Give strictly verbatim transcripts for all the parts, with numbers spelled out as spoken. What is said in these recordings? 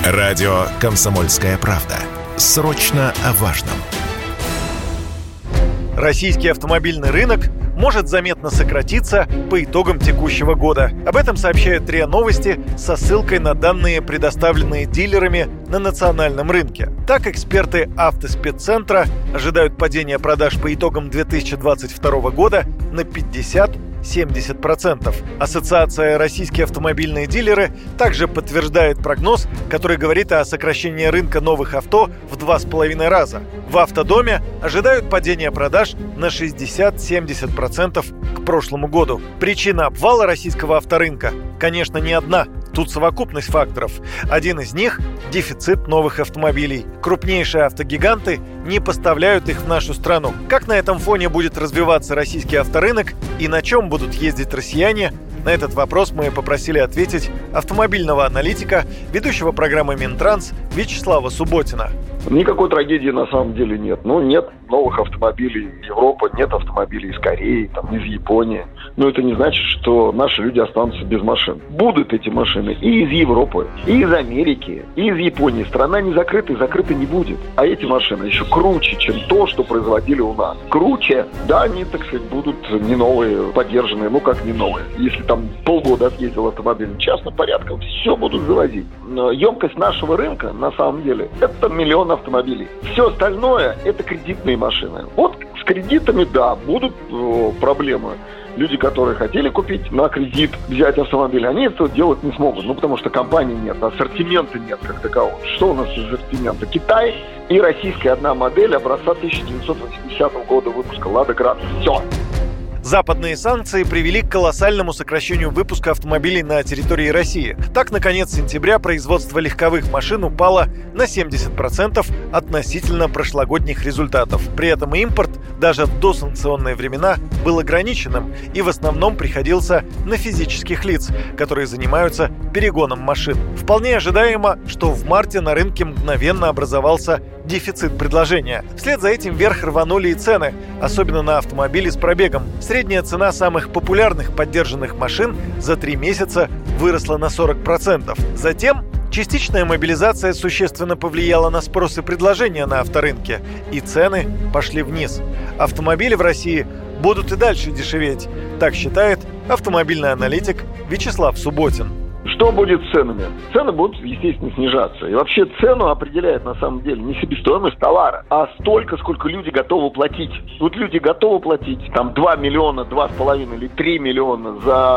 Радио «Комсомольская правда». Срочно о важном. Российский автомобильный рынок может заметно сократиться по итогам текущего года. Об этом сообщают РИА Новости со ссылкой на данные, предоставленные дилерами на национальном рынке. Так, эксперты Автоспеццентра ожидают падения продаж по итогам две тысячи двадцать второго года на пятьдесят-семьдесят процентов. Ассоциация «Российские автомобильные дилеры» также подтверждает прогноз, который говорит о сокращении рынка новых авто в два с половиной раза. В Автодоме ожидают падения продаж на шестьдесят-семьдесят процентов к прошлому году. Причина обвала российского авторынка, конечно, не одна. Тут совокупность факторов. Один из них – дефицит новых автомобилей. Крупнейшие автогиганты не поставляют их в нашу страну. Как на этом фоне будет развиваться российский авторынок и на чем будут ездить россияне? На этот вопрос мы попросили ответить автомобильного аналитика, ведущего программы «Минтранс» Вячеслава Субботина. Никакой трагедии на самом деле нет. Ну, нет новых автомобилей из Европы, нет автомобилей из Кореи, там, из Японии. Но это не значит, что наши люди останутся без машин. Будут эти машины и из Европы, и из Америки, и из Японии. Страна не закрыта и закрыта не будет. А эти машины еще круче, чем то, что производили у нас. Круче, да, они, так сказать, будут не новые, подержанные, ну как не новые. Если там полгода отъездил автомобиль частным порядком, все будут завозить. Но емкость нашего рынка, на самом деле, это миллион автомобилей. Все остальное – это кредитные машины. Вот с кредитами, да, будут о, проблемы. Люди, которые хотели купить на кредит, взять автомобиль, они это делать не смогут. Ну, потому что компаний нет, ассортимента нет как такового. Что у нас из ассортимента? Китай и российская одна модель образца тысяча девятьсот восьмидесятого года выпуска «Лада Гранта». Все. Западные санкции привели к колоссальному сокращению выпуска автомобилей на территории России. Так, на конец сентября производство легковых машин упало на семьдесят процентов относительно прошлогодних результатов. При этом импорт даже в досанкционные времена был ограниченным и в основном приходился на физических лиц, которые занимаются перегоном машин. Вполне ожидаемо, что в марте на рынке мгновенно образовался дефицит предложения. Вслед за этим вверх рванули и цены, особенно на автомобили с пробегом. Средняя цена самых популярных поддержанных машин за три месяца выросла на сорок процентов. Затем частичная мобилизация существенно повлияла на спрос и предложение на авторынке, и цены пошли вниз. Автомобили в России будут и дальше дешеветь, так считает автомобильный аналитик Вячеслав Субботин. Что будет с ценами? Цены будут, естественно, снижаться. И вообще цену определяет, на самом деле, не себестоимость товара, а столько, сколько люди готовы платить. Вот люди готовы платить там два миллиона, два с половиной или три миллиона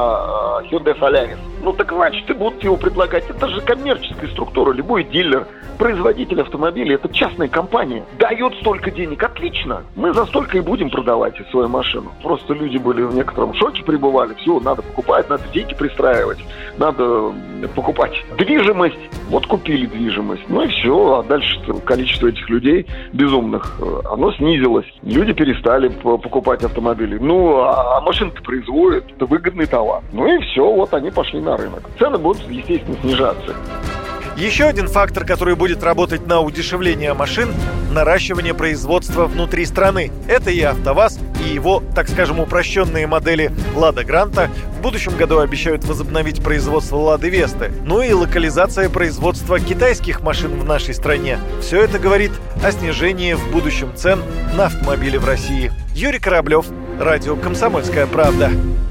за э, Hyundai Solaris. Ну так значит, и будут его предлагать. Это же коммерческая структура. Любой дилер, производитель автомобилей, это частная компания. Дает столько денег, отлично. Мы за столько и будем продавать свою машину. Просто люди были в некотором шоке, пребывали. Все, надо покупать, надо деньги пристраивать, надо покупать движимость. Вот купили движимость. Ну и все. А дальше количество этих людей безумных, оно снизилось. Люди перестали покупать автомобили. Ну, а машины-то производят. Это выгодный товар. Ну и все. Вот они пошли на рынок. Цены будут, естественно, снижаться. Еще один фактор, который будет работать на удешевление машин – наращивание производства внутри страны. Это и АвтоВАЗ, и его, так скажем, упрощенные модели «Лада Гранта». В будущем году обещают возобновить производство «Лады Весты». Ну и локализация производства китайских машин в нашей стране. Все это говорит о снижении в будущем цен на автомобили в России. Юрий Кораблев, радио «Комсомольская правда».